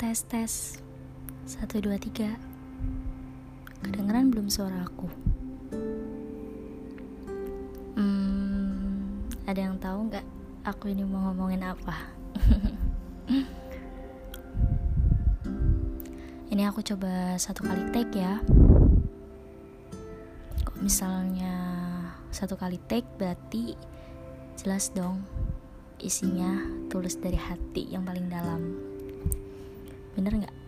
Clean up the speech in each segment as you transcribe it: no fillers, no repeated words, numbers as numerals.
Tes tes 1, 2, 3. Kedengeran belum suara aku? Ada yang tahu gak aku ini mau ngomongin apa? Ini aku coba 1 kali take ya. Kok misalnya 1 kali take berarti jelas dong isinya tulus dari hati yang paling dalam. Bener gak?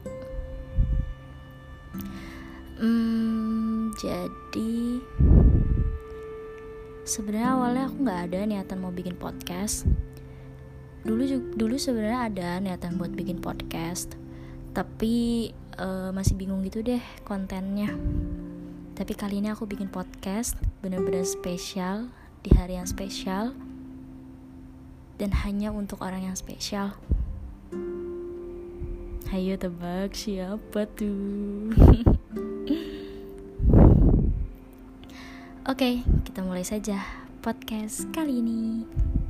Jadi sebenarnya awalnya aku gak ada niatan mau bikin podcast. Dulu sebenarnya ada niatan buat bikin podcast, tapi masih bingung gitu deh kontennya. Tapi kali ini aku bikin podcast bener-bener spesial, di hari yang spesial, dan hanya untuk orang yang spesial. Ayo tebak siapa tuh? Oke, kita mulai saja podcast kali ini.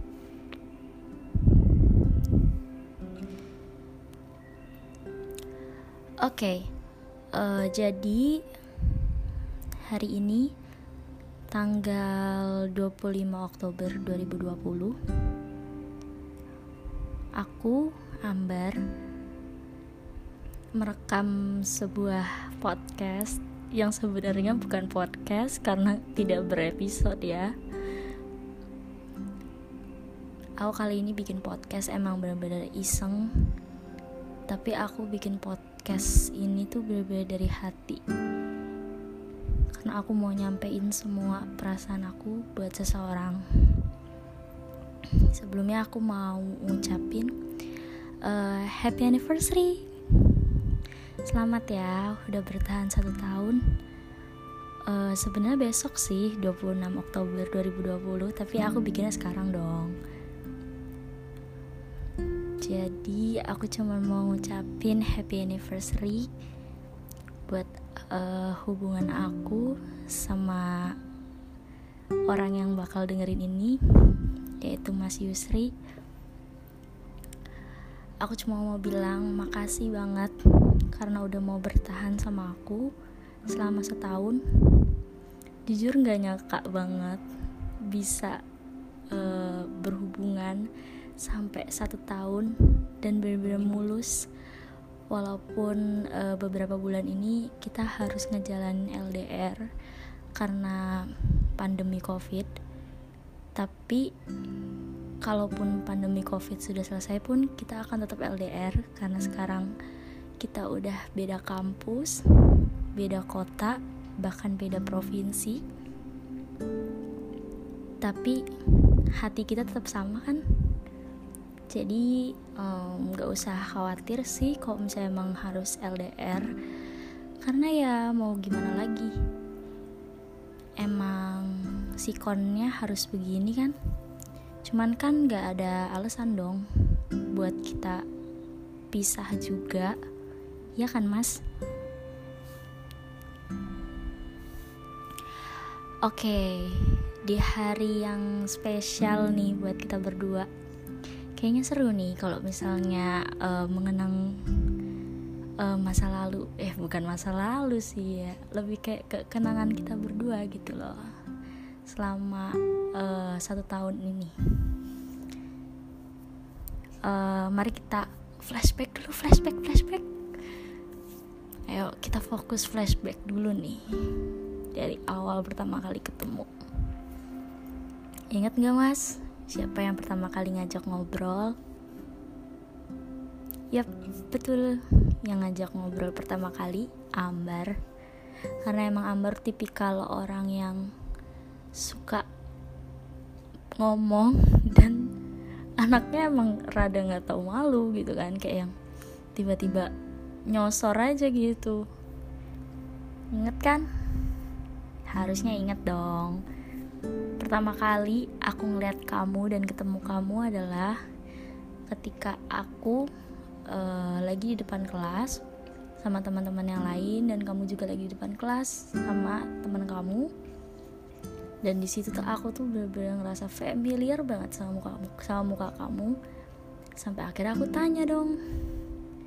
Oke, jadi hari ini tanggal 25 Oktober 2020, aku, Ambar, merekam sebuah podcast yang sebenarnya bukan podcast karena tidak berepisode ya. Aku kali ini bikin podcast emang benar-benar iseng, tapi aku bikin podcast ini tuh benar-benar dari hati, karena aku mau nyampein semua perasaan aku buat seseorang. Sebelumnya aku mau ngucapin happy anniversary. Selamat ya, udah bertahan 1 tahun. Sebenarnya besok sih 26 Oktober 2020, tapi aku bikinnya sekarang dong. Jadi aku cuma mau ngucapin happy anniversary buat hubungan aku sama orang yang bakal dengerin ini, yaitu Mas Yusri. Aku cuma mau bilang makasih banget karena udah mau bertahan sama aku selama 1 tahun. Jujur gak nyangka banget bisa berhubungan sampai 1 tahun dan benar-benar mulus. Walaupun beberapa bulan ini kita harus ngejalanin LDR karena pandemi COVID. Tapi kalaupun pandemi COVID sudah selesai pun kita akan tetap LDR, karena sekarang kita udah beda kampus, beda kota, bahkan beda provinsi. Tapi hati kita tetap sama kan? Jadi gak usah khawatir sih kalau misalnya emang harus LDR, karena ya mau gimana lagi, emang sikonnya harus begini kan. Cuman kan gak ada alasan dong buat kita pisah juga, ya kan Mas? Oke, di hari yang spesial nih buat kita berdua, kayaknya seru nih kalau misalnya mengenang masa lalu. Bukan masa lalu sih ya, lebih kayak ke kenangan kita berdua gitu loh selama 1 tahun ini. Mari kita flashback dulu. Ayo kita fokus flashback dulu nih, dari awal pertama kali ketemu. Ingat gak Mas, siapa yang pertama kali ngajak ngobrol? Yap, betul, yang ngajak ngobrol pertama kali Ambar. Karena emang Ambar tipikal orang yang suka ngomong dan anaknya emang rada gak tahu malu gitu kan, kayak yang tiba-tiba nyosor aja gitu. Ingat kan? Harusnya ingat dong. Pertama kali aku ngeliat kamu dan ketemu kamu adalah ketika aku lagi di depan kelas sama teman-teman yang lain, dan kamu juga lagi di depan kelas sama teman kamu. Dan di situ tuh aku tuh benar-benar ngerasa familiar banget sama muka kamu. Sampai akhirnya aku tanya dong,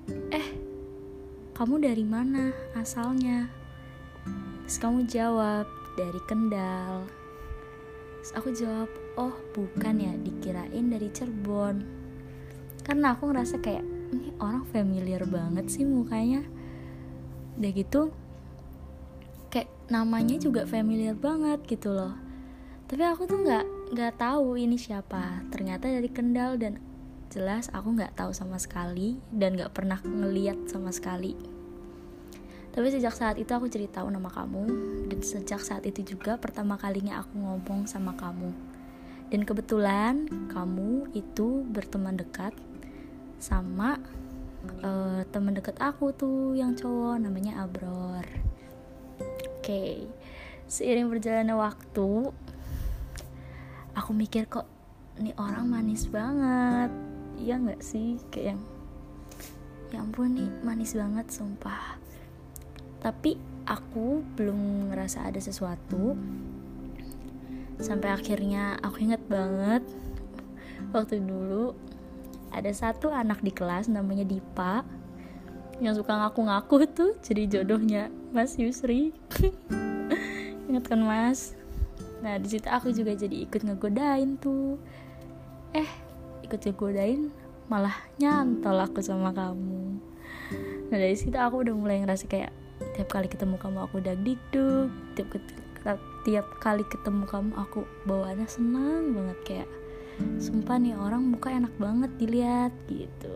kamu dari mana asalnya? Terus kamu jawab, dari Kendal. Terus aku jawab, oh bukan ya, dikirain dari Cirebon. Karena aku ngerasa kayak, ini orang familiar banget sih mukanya. Udah gitu, kayak namanya juga familiar banget gitu loh. Tapi aku tuh nggak tahu ini siapa. Ternyata dari Kendal, dan jelas aku nggak tahu sama sekali dan nggak pernah ngeliat sama sekali. Tapi sejak saat itu aku jadi tahu nama kamu, dan sejak saat itu juga pertama kalinya aku ngomong sama kamu. Dan kebetulan kamu itu berteman dekat sama teman dekat aku tuh yang cowok, namanya Abror. Oke. Seiring berjalannya waktu, aku mikir kok ini orang manis banget. Iya gak sih? Kayak yang, ya ampun nih manis banget sumpah. Tapi aku belum ngerasa ada sesuatu. Sampai akhirnya aku inget banget, waktu dulu ada satu anak di kelas namanya Dipa, yang suka ngaku-ngaku tuh jadi jodohnya Mas Yusri. Ingat kan Mas? Nah di situ aku juga jadi ikut ngegodain tuh. Ikut ngegodain malah nyantol aku sama kamu. Nah dari situ aku udah mulai ngerasa kayak tiap kali ketemu kamu aku dagdikduk, tiap kali ketemu kamu aku bawaannya senang banget, kayak sumpah nih orang muka enak banget dilihat gitu.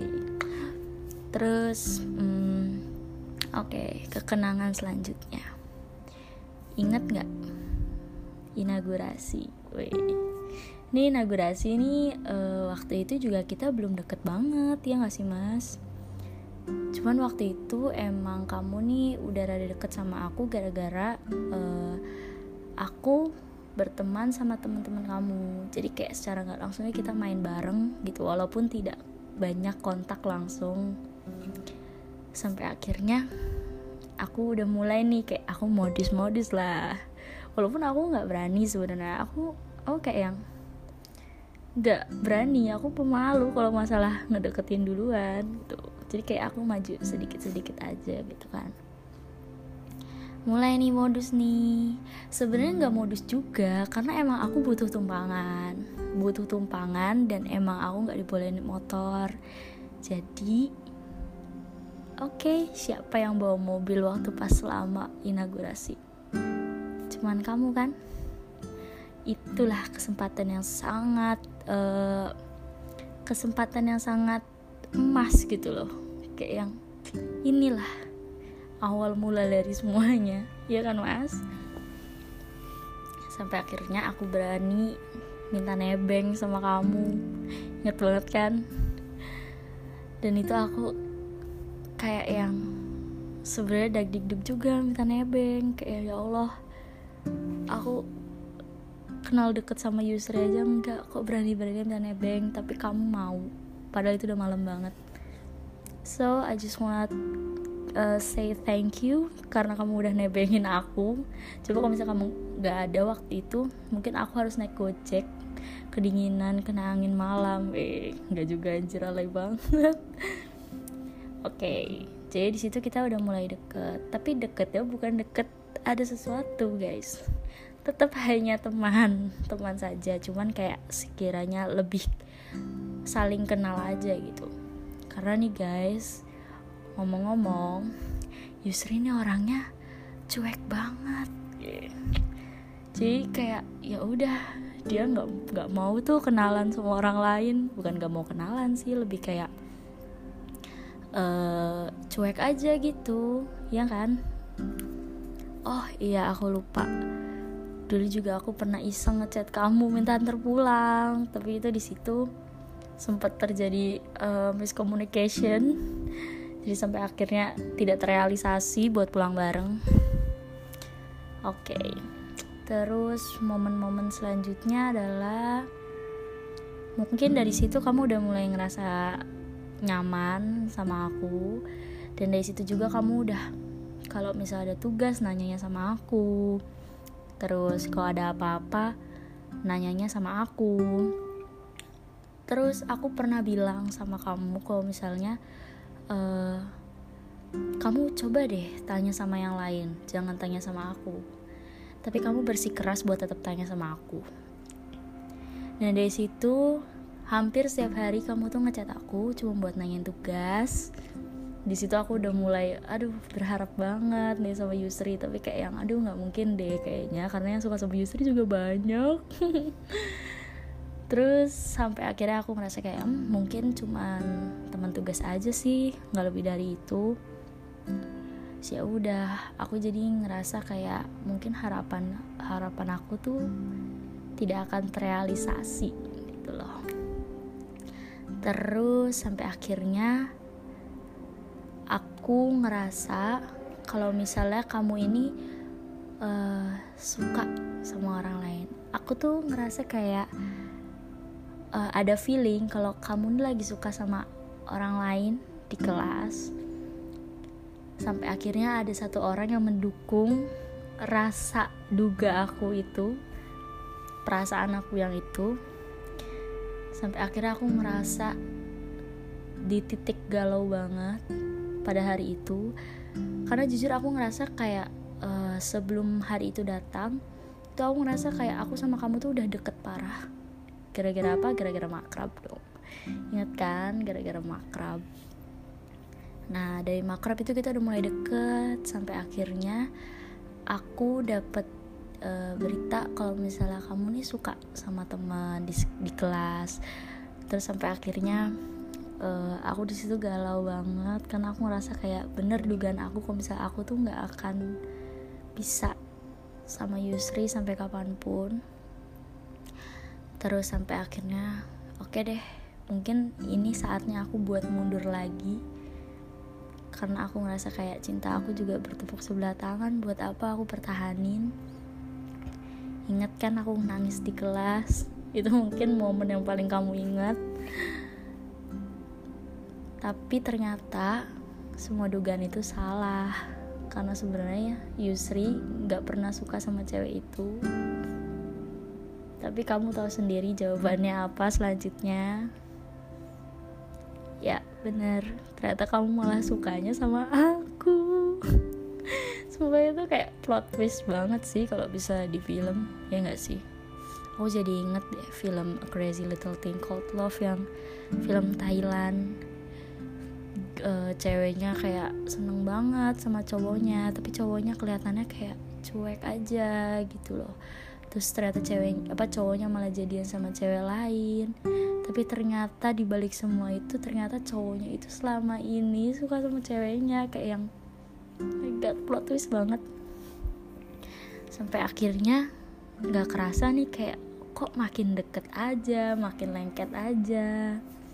Terus oke, kekenangan selanjutnya, ingat nggak inaugurasi? Ini inaugurasi nih waktu itu juga kita belum deket banget ya nggak sih Mas? Cuman waktu itu emang kamu nih udah rada deket sama aku gara-gara aku berteman sama teman-teman kamu. Jadi kayak secara nggak langsungnya kita main bareng gitu, walaupun tidak banyak kontak langsung. Sampai akhirnya aku udah mulai nih kayak aku modus lah. Walaupun aku nggak berani sebenarnya, aku kayak yang nggak berani, aku pemalu kalau masalah ngedeketin duluan gitu. Jadi kayak aku maju sedikit aja gitu kan. Mulai nih modus nih. Sebenarnya nggak modus juga, karena emang aku butuh tumpangan dan emang aku nggak dibolehin motor. Jadi oke, siapa yang bawa mobil waktu pas selama inaugurasi? Cuman kamu kan. Itulah kesempatan yang sangat emas gitu loh. Kayak yang inilah awal mula dari semuanya, ya kan Mas? Sampai akhirnya aku berani minta nebeng sama kamu. Ingat banget kan? Dan itu aku kayak yang sebenarnya dagdikduk juga minta nebeng. Kayak ya Allah, aku kenal deket sama Yusri aja enggak, kok berani-berani minta nebeng, tapi kamu mau, padahal itu udah malam banget. So I just want say thank you karena kamu udah nebengin aku. Coba kalau misalnya kamu gak ada waktu itu, mungkin aku harus naik gojek, kedinginan, kena angin malam. Gak juga, anjir, alay banget. Oke, jadi di situ kita udah mulai deket. Tapi deketnya bukan deket ada sesuatu guys, tetap hanya teman saja, cuman kayak sekiranya lebih saling kenal aja gitu. Karena nih guys, ngomong-ngomong, Yusri ini orangnya cuek banget. Jadi kayak ya udah, dia nggak mau tuh kenalan sama orang lain. Bukan nggak mau kenalan sih, lebih kayak cuek aja gitu, ya kan? Oh iya, aku lupa. Dulu juga aku pernah iseng ngechat kamu minta antar pulang, tapi itu di situ sempat terjadi miscommunication. Jadi sampai akhirnya tidak terrealisasi buat pulang bareng. Oke. Terus momen-momen selanjutnya adalah mungkin dari situ kamu udah mulai ngerasa nyaman sama aku, dan dari situ juga kamu udah kalau misalnya ada tugas nanyanya sama aku. Terus kalau ada apa-apa nanyanya sama aku. Terus aku pernah bilang sama kamu kalau misalnya kamu coba deh tanya sama yang lain, jangan tanya sama aku. Tapi kamu bersikeras buat tetap tanya sama aku. Dan dari situ hampir setiap hari kamu tuh ngechat aku cuma buat nanyain tugas. Di situ aku udah mulai berharap banget nih sama Yusri, tapi kayak yang nggak mungkin deh kayaknya, karena yang suka sama Yusri juga banyak. Terus sampai akhirnya aku ngerasa kayak mungkin cuman teman tugas aja sih, nggak lebih dari itu. Ya udah, aku jadi ngerasa kayak mungkin harapan aku tuh tidak akan terrealisasi gitu loh. Terus sampai akhirnya aku ngerasa kalau misalnya kamu ini suka sama orang lain, aku tuh ngerasa kayak ada feeling kalau kamu ini lagi suka sama orang lain di kelas. Sampai akhirnya ada satu orang yang mendukung rasa duga aku itu, perasaan aku yang itu. Sampai akhirnya aku merasa di titik galau banget pada hari itu. Karena jujur aku ngerasa kayak sebelum hari itu datang, itu aku ngerasa kayak aku sama kamu tuh udah deket parah. Gara-gara apa? Gara-gara makrab dong. Ingat kan? Gara-gara makrab. Nah, dari makrab itu kita udah mulai deket. Sampai akhirnya aku dapet berita kalau misalnya kamu nih suka sama teman di kelas. Terus sampai akhirnya aku di situ galau banget, karena aku ngerasa kayak bener dugaan aku kalau misalnya aku tuh nggak akan bisa sama Yusri sampai kapanpun. Terus sampai akhirnya oke deh, mungkin ini saatnya aku buat mundur lagi, karena aku ngerasa kayak cinta aku juga bertepuk sebelah tangan. Buat apa aku pertahanin? Ingat kan aku nangis di kelas? Itu mungkin momen yang paling kamu ingat. Tapi ternyata semua dugaan itu salah, karena sebenarnya Yusri gak pernah suka sama cewek itu. Tapi kamu tahu sendiri jawabannya apa selanjutnya. Ya bener, ternyata kamu malah sukanya sama aku. Sumpah itu kayak plot twist banget sih kalau bisa di film, ya gak sih? Aku jadi inget deh film A Crazy Little Thing Called Love, yang film Thailand. Ceweknya kayak seneng banget sama cowoknya, tapi cowoknya kelihatannya kayak cuek aja gitu loh. Terus ternyata cowoknya malah jadian sama cewek lain. Tapi ternyata dibalik semua itu, ternyata cowoknya itu selama ini suka sama ceweknya. Kayak yang my god, plot twist banget. Sampai akhirnya gak kerasa nih, kayak kok makin deket aja, makin lengket aja.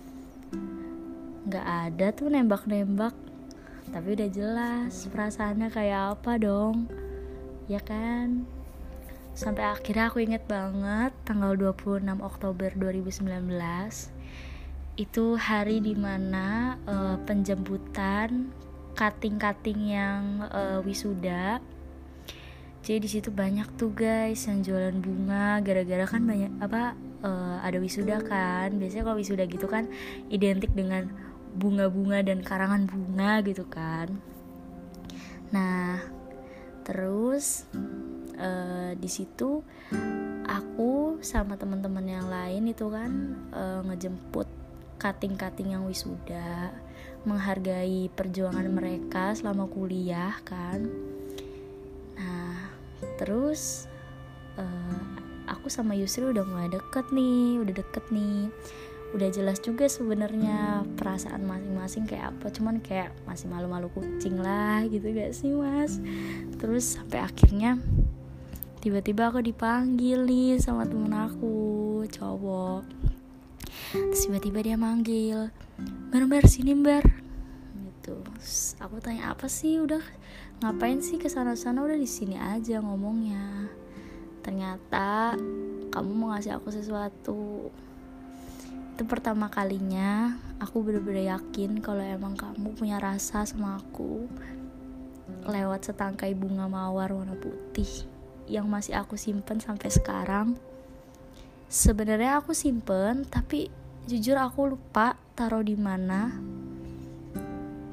Gak ada tuh nembak-nembak, tapi udah jelas perasaannya kayak apa dong, ya kan? Sampai akhirnya aku inget banget tanggal 26 Oktober 2019 itu hari dimana penjemputan cutting yang wisuda. Jadi di situ banyak tuh guys yang jualan bunga, gara-gara kan banyak ada wisuda kan. Biasanya kalau wisuda gitu kan identik dengan bunga-bunga dan karangan bunga gitu kan. Nah, terus di situ aku sama teman-teman yang lain itu kan ngejemput cutting yang wisuda, menghargai perjuangan mereka selama kuliah kan. Nah, terus aku sama Yusri udah mulai deket nih. Udah jelas juga sebenarnya perasaan masing-masing kayak apa, cuman kayak masih malu-malu kucing lah gitu gak sih mas. Terus sampai akhirnya tiba-tiba aku dipanggil nih sama temen aku cowok. Terus tiba-tiba dia manggil, Bar sini Bar gitu. Terus aku tanya apa sih, udah ngapain sih kesana-sana, udah di sini aja ngomongnya. Ternyata kamu mau ngasih aku sesuatu. Itu pertama kalinya aku bener-bener yakin kalau emang kamu punya rasa sama aku lewat setangkai bunga mawar warna putih yang masih aku simpen sampai sekarang. Sebenarnya aku simpen, tapi jujur aku lupa taruh di mana.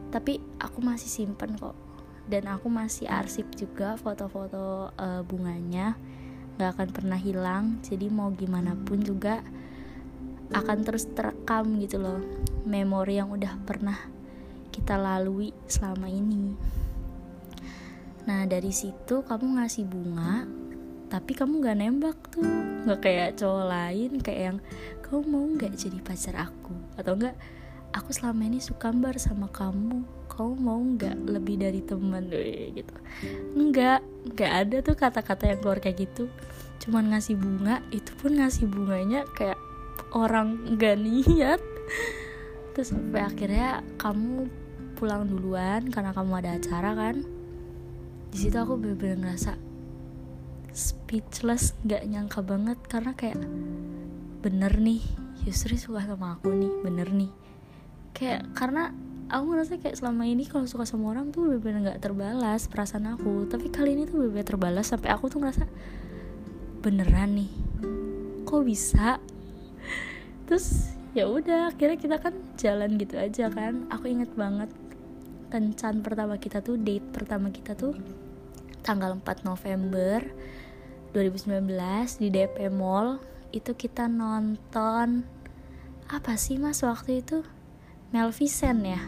Tapi aku masih simpen kok, dan aku masih arsip juga foto-foto bunganya, gak akan pernah hilang. Jadi mau gimana pun juga akan terus terekam gitu loh, memori yang udah pernah kita lalui selama ini. Nah dari situ kamu ngasih bunga, tapi kamu gak nembak tuh, gak kayak cowok lain kayak yang kamu mau gak jadi pacar aku, atau enggak aku selama ini suka sama kamu mau gak lebih dari teman gitu. Enggak ada tuh kata-kata yang keluar kayak gitu. Cuman ngasih bunga, itu pun ngasih bunganya kayak orang gak niat. Terus sampai akhirnya kamu pulang duluan karena kamu ada acara kan. Di situ aku bener-bener ngerasa speechless, gak nyangka banget, karena kayak bener nih Yusri suka sama aku nih, bener nih. Kayak karena aku ngerasa kayak selama ini kalau suka sama orang tuh bener-bener gak terbalas perasaan aku, tapi kali ini tuh bener-bener terbalas. Sampai aku tuh ngerasa beneran nih, kok bisa. Terus ya udah, akhirnya kita kan jalan gitu aja kan. Aku inget banget kencan pertama kita tuh, date pertama kita tuh tanggal 4 November 2019 di DP Mall. Itu kita nonton apa sih mas waktu itu, Maleficent ya?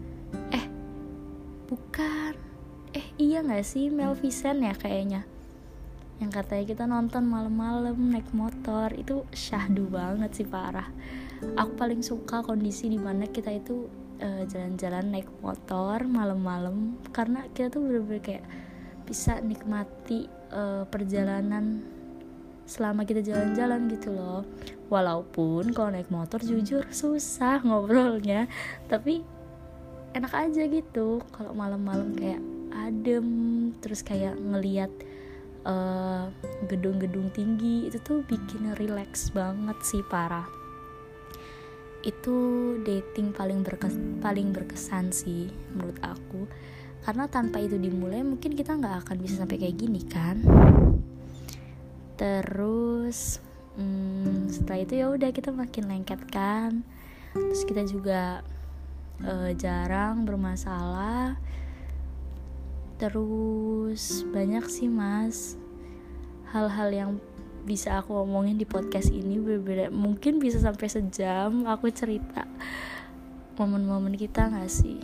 Bukan. Iya gak sih, Maleficent ya kayaknya. Yang katanya kita nonton malam-malam naik motor. Itu syahdu banget sih, parah. Aku paling suka kondisi dimana kita itu jalan-jalan naik motor malam-malam, karena kita tuh bener-bener kayak bisa nikmati perjalanan selama kita jalan-jalan gitu loh. Walaupun kalau naik motor jujur susah ngobrolnya, tapi enak aja gitu kalau malam-malam, kayak adem, terus kayak ngelihat gedung-gedung tinggi. Itu tuh bikin relax banget sih, parah. Itu dating paling berkesan sih menurut aku, karena tanpa itu dimulai mungkin kita nggak akan bisa sampai kayak gini kan. Terus setelah itu ya udah kita makin lengket kan. Terus kita juga jarang bermasalah. Terus banyak sih mas hal-hal yang bisa aku omongin di podcast ini, berbeda mungkin bisa sampai sejam aku cerita momen-momen kita nggak sih.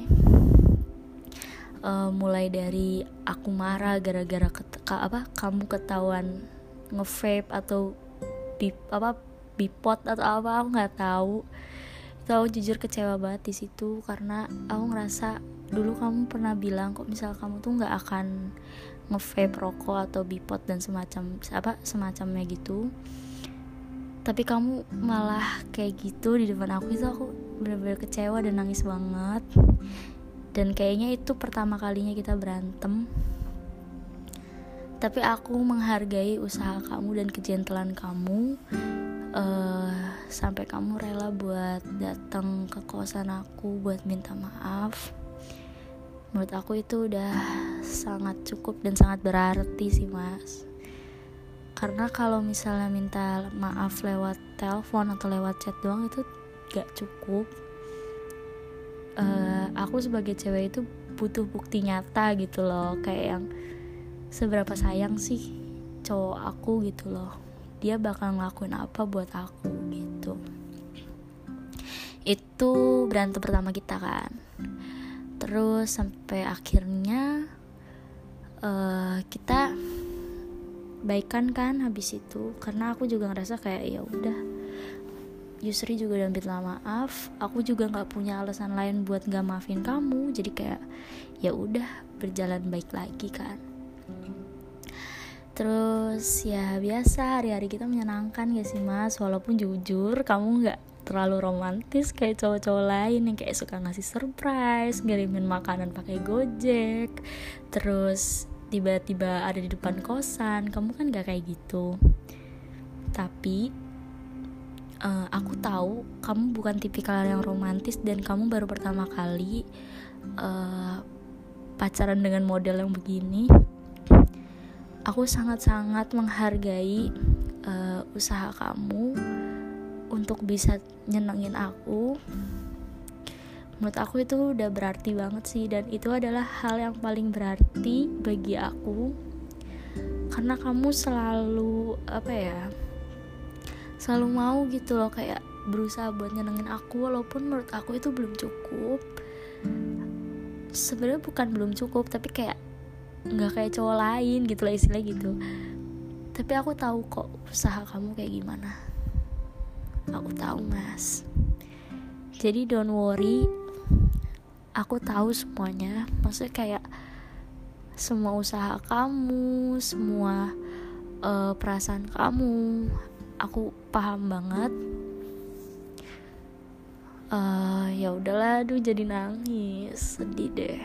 Mulai dari aku marah gara-gara kamu ketahuan nge-vape atau bipot atau apa, aku nggak tahu. Itu aku jujur kecewa banget di situ, karena aku ngerasa dulu kamu pernah bilang kok misal kamu tuh nggak akan nge-vape rokok atau bipot dan semacamnya gitu, tapi kamu malah kayak gitu di depan aku. Itu aku benar-benar kecewa dan nangis banget. Dan kayaknya itu pertama kalinya kita berantem. Tapi aku menghargai usaha kamu dan kejentilan kamu, sampai kamu rela buat datang ke kosan aku buat minta maaf. Menurut aku itu udah sangat cukup dan sangat berarti sih mas. Karena kalau misalnya minta maaf lewat telepon atau lewat chat doang itu gak cukup. Aku sebagai cewek itu butuh bukti nyata gitu loh, kayak yang seberapa sayang sih cowok aku gitu loh, dia bakal ngelakuin apa buat aku gitu. Itu berantem pertama kita kan. Terus sampai akhirnya kita baikan kan habis itu, karena aku juga ngerasa kayak ya udah, Yusri juga udah minta maaf, aku juga nggak punya alasan lain buat nggak maafin kamu, jadi kayak ya udah berjalan baik lagi kan. Terus ya biasa hari-hari kita menyenangkan gak sih mas, walaupun jujur kamu gak terlalu romantis kayak cowok-cowok lain yang kayak suka ngasih surprise, ngirimin makanan pakai Gojek, terus tiba-tiba ada di depan kosan. Kamu kan gak kayak gitu. Tapi aku tahu kamu bukan tipikal yang romantis, dan kamu baru pertama kali pacaran dengan model yang begini. Aku sangat-sangat menghargai usaha kamu untuk bisa nyenengin aku, menurut aku itu udah berarti banget sih, dan itu adalah hal yang paling berarti bagi aku, karena kamu selalu selalu mau gitu loh, kayak berusaha buat nyenengin aku, walaupun menurut aku itu belum cukup. Sebenarnya bukan belum cukup, tapi kayak nggak kayak cowok lain gitu lah, istilah gitu. Tapi aku tahu kok usaha kamu kayak gimana, aku tahu mas. Jadi don't worry, aku tahu semuanya. Maksudnya kayak semua usaha kamu, semua perasaan kamu, aku paham banget. Ya udahlah, aduh jadi nangis, sedih deh.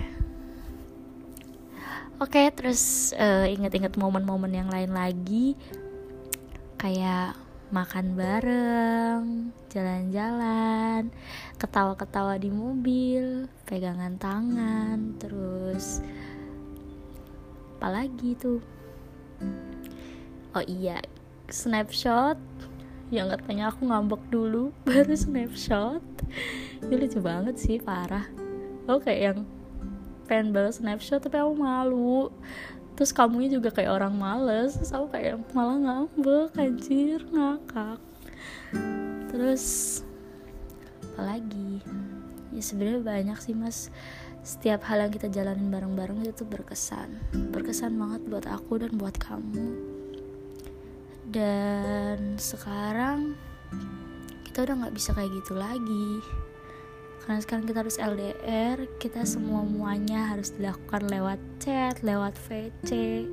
Oke, terus ingat-ingat momen-momen yang lain lagi, kayak makan bareng, jalan-jalan, ketawa-ketawa di mobil, pegangan tangan, terus apalagi tuh. Oh iya, snapshot yang katanya aku ngambek dulu baru snapshot. Ini lucu banget sih, parah. Aku kayak yang pengen balas snapshot tapi aku malu. Terus kamunya juga kayak orang males, terus aku kayak malah ngambek, anjir, ngakak. Terus apalagi, ya sebenarnya banyak sih mas. Setiap hal yang kita jalanin bareng-bareng itu tuh berkesan banget buat aku dan buat kamu. Dan sekarang kita udah gak bisa kayak gitu lagi, karena sekarang kita harus LDR. Kita semuanya harus dilakukan lewat chat, lewat VC.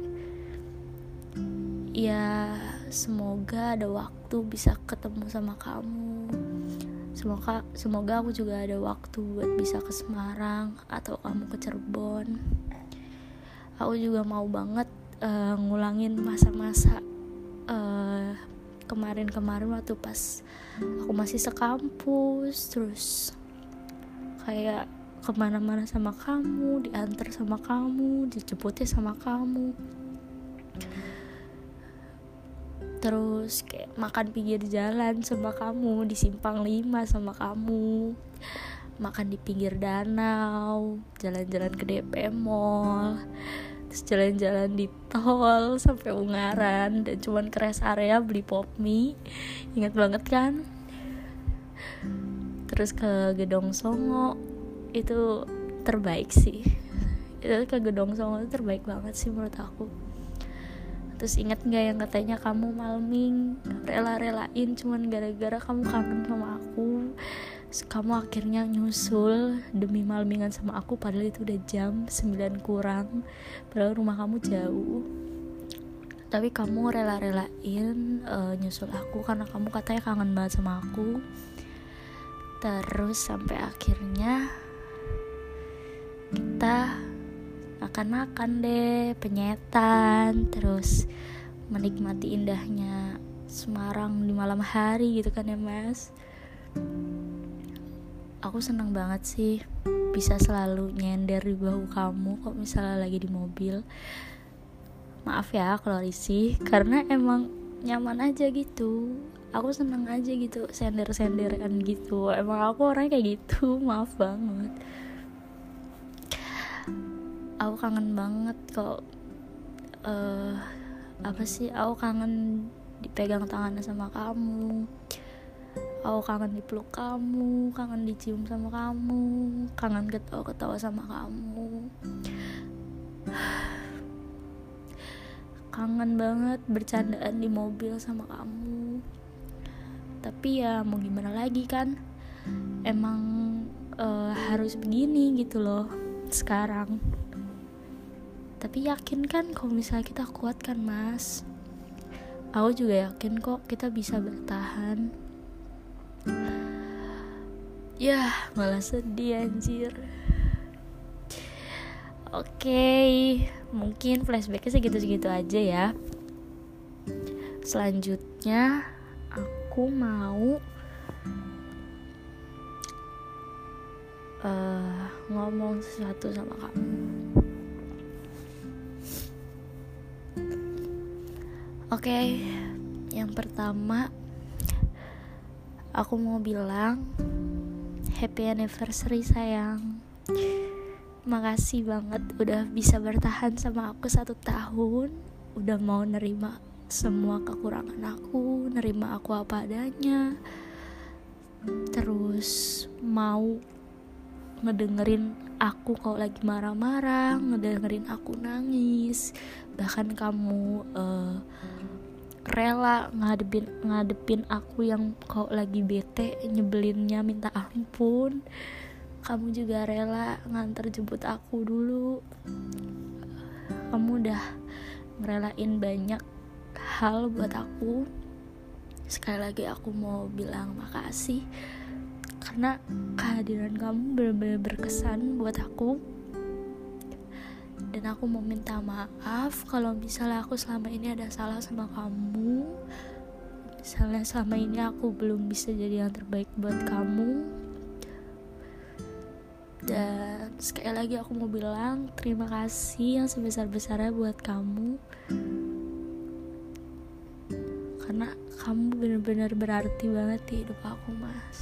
Ya semoga ada waktu bisa ketemu sama kamu. Semoga aku juga ada waktu buat bisa ke Semarang atau kamu ke Cirebon. Aku juga mau banget ngulangin masa-masa kemarin waktu pas aku masih sekampus, terus kayak kemana-mana sama kamu, diantar sama kamu, dijemputnya sama kamu, terus kayak makan pinggir jalan sama kamu, di Simpang 5 sama kamu, makan di pinggir danau, jalan-jalan ke DP Mall, terus jalan-jalan di tol sampai Ungaran, dan cuman ke rest area beli pop mie, ingat banget kan? Terus ke Gedong Songo, itu terbaik sih. Itu ke Gedong Songo itu terbaik banget sih menurut aku. Terus ingat gak yang katanya kamu malming, rela-relain cuman gara-gara kamu kangen sama aku. Terus kamu akhirnya nyusul demi malmingan sama aku, padahal itu udah jam 9 kurang, padahal rumah kamu jauh. Tapi kamu rela-relain nyusul aku karena kamu katanya kangen banget sama aku. Terus sampai akhirnya kita makan deh, penyetan, terus menikmati indahnya Semarang di malam hari gitu kan ya mas. Aku seneng banget sih bisa selalu nyender di bahu kamu kok misalnya lagi di mobil. Maaf ya kalau risih, karena emang nyaman aja gitu. Aku seneng aja gitu, sender-senderan gitu. Emang aku orangnya kayak gitu, maaf banget. Aku kangen banget kok. Aku kangen dipegang tangannya sama kamu. Aku kangen dipeluk kamu, kangen dicium sama kamu, kangen ketawa-ketawa sama kamu. Kangen banget bercandaan di mobil sama kamu. Tapi ya mau gimana lagi kan, emang harus begini gitu loh sekarang. Tapi yakin kan kalau misalnya kita kuat kan mas. Aku juga yakin kok kita bisa bertahan. Ya malah sedih anjir. Oke, mungkin flashbacknya segitu-segitu aja ya. Selanjutnya aku mau ngomong sesuatu sama kamu. Oke, yang pertama aku mau bilang Happy anniversary sayang. Makasih banget udah bisa bertahan sama aku 1 tahun. Udah mau nerima semua kekurangan aku, nerima aku apa adanya. Terus mau ngedengerin aku kalau lagi marah-marah, ngedengerin aku nangis. Bahkan kamu rela ngadepin aku yang kalau lagi bete, nyebelinnya minta ampun. Kamu juga rela nganter jemput aku dulu. Kamu udah ngerelain banyak hal buat aku. Sekali lagi aku mau bilang makasih, karena kehadiran kamu benar-benar berkesan buat aku. Dan aku mau minta maaf kalau misalnya aku selama ini ada salah sama kamu. Misalnya selama ini aku belum bisa jadi yang terbaik buat kamu. Dan sekali lagi aku mau bilang terima kasih yang sebesar-besarnya buat kamu. Karena kamu benar-benar berarti banget di hidup aku, Mas.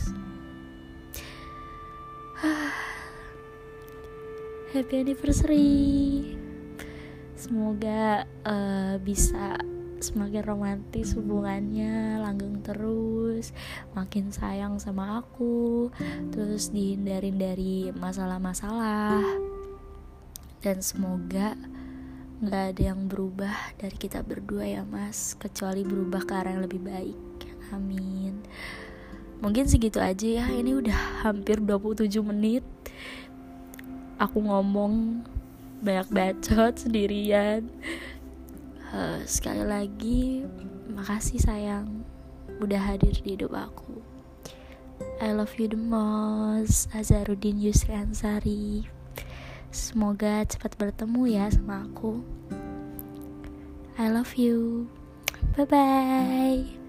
Happy anniversary. Semoga bisa semakin romantis hubungannya, langgeng terus, makin sayang sama aku, terus dihindarin dari masalah-masalah. Dan semoga gak ada yang berubah dari kita berdua ya Mas, kecuali berubah ke arah yang lebih baik. Amin. Mungkin segitu aja ya. Ini udah hampir 27 menit aku ngomong banyak bacot sendirian. Sekali lagi makasih sayang udah hadir di hidup aku. I love you the most. Azharuddin Yusri Ansari. Semoga cepat bertemu ya sama aku. I love you. Bye bye.